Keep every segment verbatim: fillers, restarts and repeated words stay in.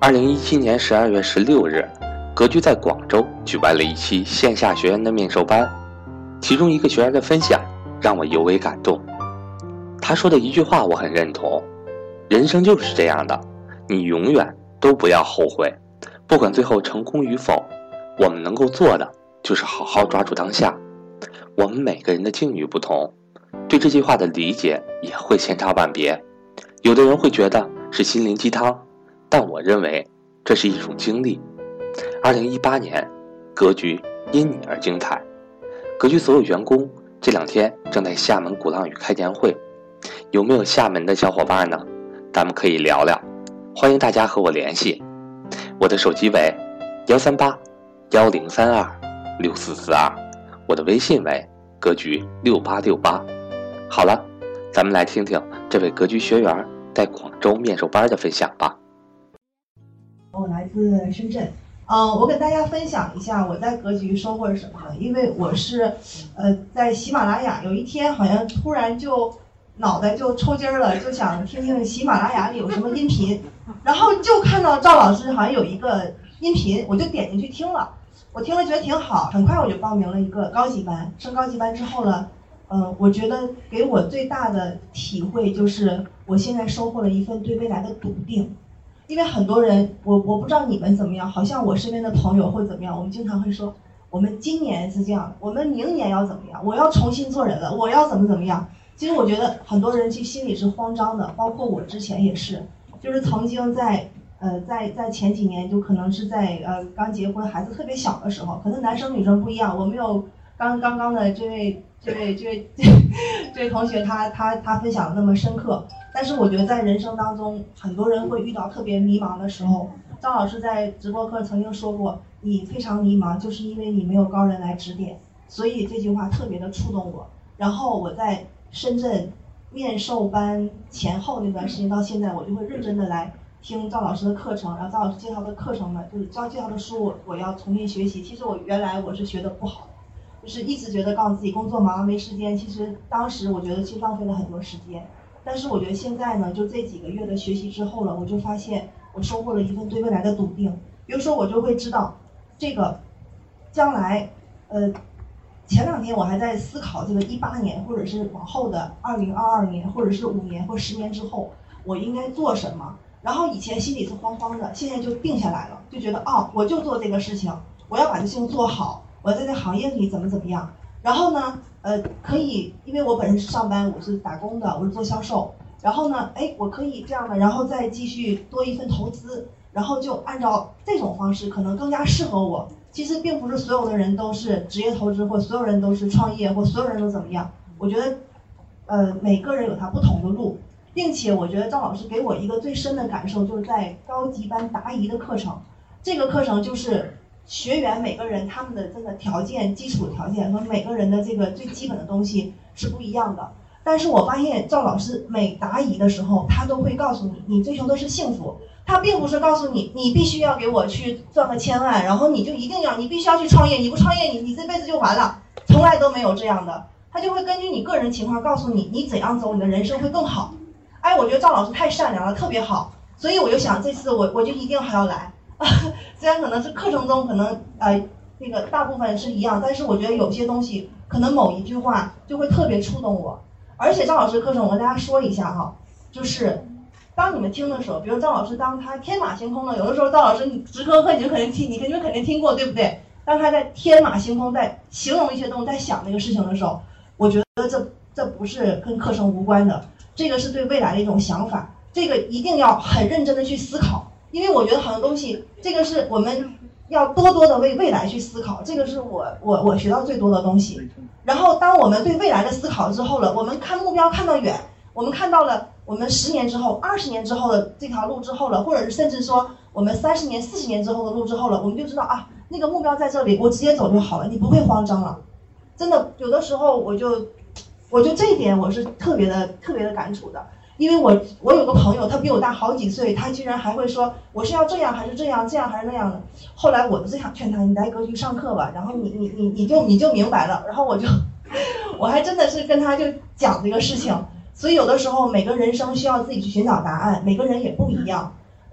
二零一七年十二月十六日，格局在广州举办了一期线下学员的面授班，其中一个学员的分享让我尤为感动。他说的一句话我很认同，人生就是这样的，你永远都不要后悔，不管最后成功与否，我们能够做的就是好好抓住当下。我们每个人的境遇不同，对这句话的理解也会千差万别，有的人会觉得是心灵鸡汤，但我认为这是一种经历。二零一八年，格局因你而精彩。格局所有员工这两天正在厦门鼓浪屿开年会，有没有厦门的小伙伴呢？咱们可以聊聊，欢迎大家和我联系。我的手机为幺三八幺零三二六四四二，我的微信为格局六八六八。好了，咱们来听听这位格局学员在广州面授班的分享吧。 我来自深圳，嗯、呃，我跟大家分享一下我在格局收获是什么呢？因为我是，呃，在喜马拉雅有一天好像突然就脑袋就抽筋了，就想听听喜马拉雅里有什么音频，然后就看到赵老师好像有一个音频，我就点进去听了，我听了觉得挺好，很快我就报名了一个高级班。升高级班之后呢，嗯、呃，我觉得给我最大的体会就是我现在收获了一份对未来的笃定。因为很多人，我我不知道你们怎么样，好像我身边的朋友会怎么样，我们经常会说，我们今年是这样，我们明年要怎么样，我要重新做人了，我要怎么怎么样。其实我觉得很多人其实心里是慌张的，包括我之前也是，就是曾经在呃在在前几年，就可能是在呃刚结婚，孩子特别小的时候，可能男生女生不一样，我没有刚刚刚的这位这位这位这位同学他他他分享的那么深刻。但是我觉得在人生当中，很多人会遇到特别迷茫的时候。张老师在直播课曾经说过，你非常迷茫，就是因为你没有高人来指点。所以这句话特别的触动我。然后我在深圳面授班前后那段时间到现在，我就会认真的来听赵老师的课程，然后赵老师介绍的课程呢，就是赵介绍的书我我要重新学习。其实我原来我是学的不好，就是一直觉得告诉自己工作忙没时间，其实当时我觉得其实浪费了很多时间。但是我觉得现在呢，就这几个月的学习之后了，我就发现我收获了一份对未来的笃定。比如说我就会知道这个将来呃前两天我还在思考这个一八年或者是往后的二零二二年或者是五年或十年之后我应该做什么。然后以前心里是慌慌的，现在就定下来了，就觉得哦，我就做这个事情，我要把这事情做好，我要在这行业里怎么怎么样。然后呢呃，可以，因为我本身是上班，我是打工的，我是做销售。然后呢，哎，我可以这样的，然后再继续多一份投资，然后就按照这种方式，可能更加适合我。其实并不是所有的人都是职业投资，或所有人都是创业，或所有人都怎么样。我觉得，呃，每个人有他不同的路，并且我觉得赵老师给我一个最深的感受，就是在高级班答疑的课程，这个课程就是。学员每个人他们的这个条件基础条件和每个人的这个最基本的东西是不一样的，但是我发现赵老师每答疑的时候他都会告诉你，你追求的是幸福，他并不是告诉你你必须要给我去赚个千万，然后你就一定要你必须要去创业，你不创业你你这辈子就完了，从来都没有这样的。他就会根据你个人情况告诉你你怎样走你的人生会更好。哎，我觉得赵老师太善良了，特别好，所以我就想这次我我就一定还要来。虽然可能是课程中可能呃那个大部分是一样，但是我觉得有些东西可能某一句话就会特别触动我。而且赵老师课程我跟大家说一下哈，就是当你们听的时候，比如赵老师当他天马行空的，有的时候赵老师你直播课你就肯定听，你肯定肯定听过，对不对？当他在天马行空在形容一些东西，在想那个事情的时候，我觉得这这不是跟课程无关的，这个是对未来的一种想法，这个一定要很认真的去思考。因为我觉得很多东西，这个是我们要多多的为未来去思考，这个是我我我学到最多的东西。然后当我们对未来的思考之后了，我们看目标看到远，我们看到了我们十年之后、二十年之后的这条路之后了，或者是甚至说我们三十年、四十年之后的路之后了，我们就知道啊，那个目标在这里，我直接走就好了，你不会慌张了。真的，有的时候我就，我就这一点我是特别的特别的感触的。因为我我有个朋友，他比我大好几岁，他居然还会说我是要这样还是这样，这样还是那样的。后来我就想劝他，你来格局上课吧，然后你你你你就你就明白了。然后我就，我还真的是跟他就讲这个事情。所以有的时候每个人生需要自己去寻找答案，每个人也不一样。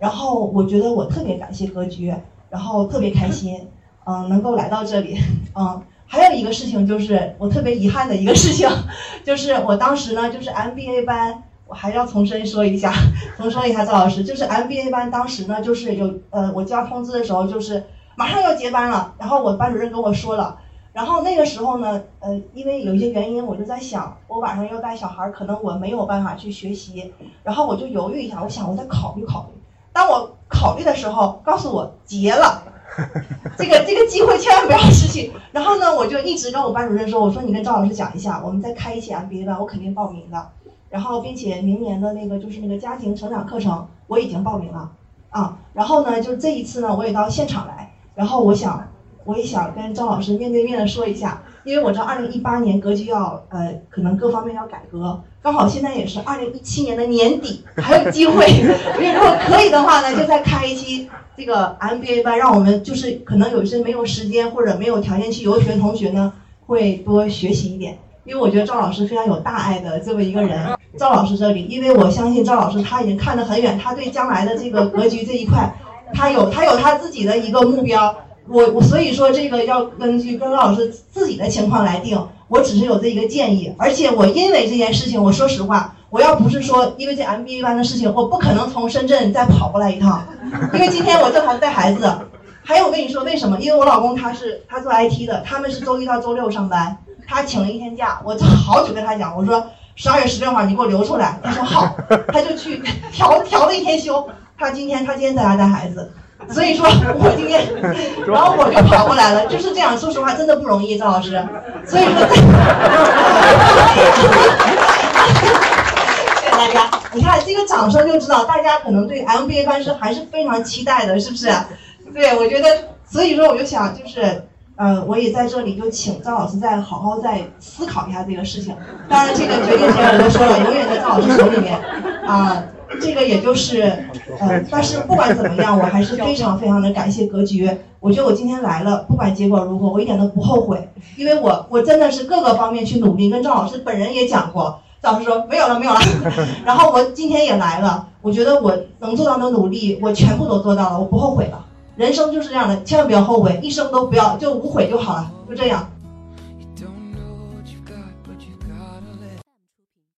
然后我觉得我特别感谢格局，然后特别开心，嗯，能够来到这里，嗯。还有一个事情就是我特别遗憾的一个事情，就是我当时呢，就是 M B A 班，我还要重申说一下，重说一下赵老师，就是 M B A 班当时呢，就是有呃，我接到通知的时候，就是马上要结班了，然后我班主任跟我说了，然后那个时候呢，呃，因为有一些原因，我就在想，我晚上要带小孩，可能我没有办法去学习，然后我就犹豫一下，我想我再考虑考虑。当我考虑的时候，告诉我结了。这个这个机会千万不要失去。然后呢，我就一直跟我班主任说，我说你跟赵老师讲一下，我们再开一期 M B A 班，我肯定报名的。然后并且明年的那个就是那个家庭成长课程，我已经报名了啊。然后呢，就这一次呢，我也到现场来。然后我想，我也想跟赵老师面对面的说一下，因为我知道二零一八年格局要呃可能各方面要改革，刚好现在也是二零一七年的年底，还有机会。因为如果可以的话呢，就再开一期。这个 M B A 班让我们就是可能有一些没有时间或者没有条件去游学的同学呢，会多学习一点。因为我觉得赵老师非常有大爱的这么一个人。赵老师这里，因为我相信赵老师他已经看得很远，他对将来的这个格局这一块，他有他有他自己的一个目标。我我所以说这个要根据跟赵老师自己的情况来定。我只是有这一个建议，而且我因为这件事情，我说实话。我要不是说因为这 M B A 班的事情，我不可能从深圳再跑过来一趟，因为今天我正好带孩子。还有我跟你说为什么？因为我老公他是他做 I T 的，他们是周一到周六上班，他请了一天假，我好久跟他讲，我说十二月十六号你给我留出来，他说好，他就去调调了一天休，他今天他今天在家带孩子。所以说我今天，然后我就跑过来了，就是这样。说实话，真的不容易，赵老师。所以说。大家，你看这个掌声就知道，大家可能对 M B A 班是还是非常期待的，是不是？对，我觉得，所以说我就想，就是，呃，我也在这里就请赵老师再好好再思考一下这个事情。当然，这个决定权我都说了，永远在赵老师手里面啊、呃。这个也就是，呃，但是不管怎么样，我还是非常非常的感谢格局。我觉得我今天来了，不管结果如何，我一点都不后悔，因为我我真的是各个方面去努力，跟赵老师本人也讲过。赵老师说没有了没有了，然后我今天也来了，我觉得我能做到的努力我全部都做到了，我不后悔了。人生就是这样的，千万不要后悔，一生都不要就无悔就好了，就这样。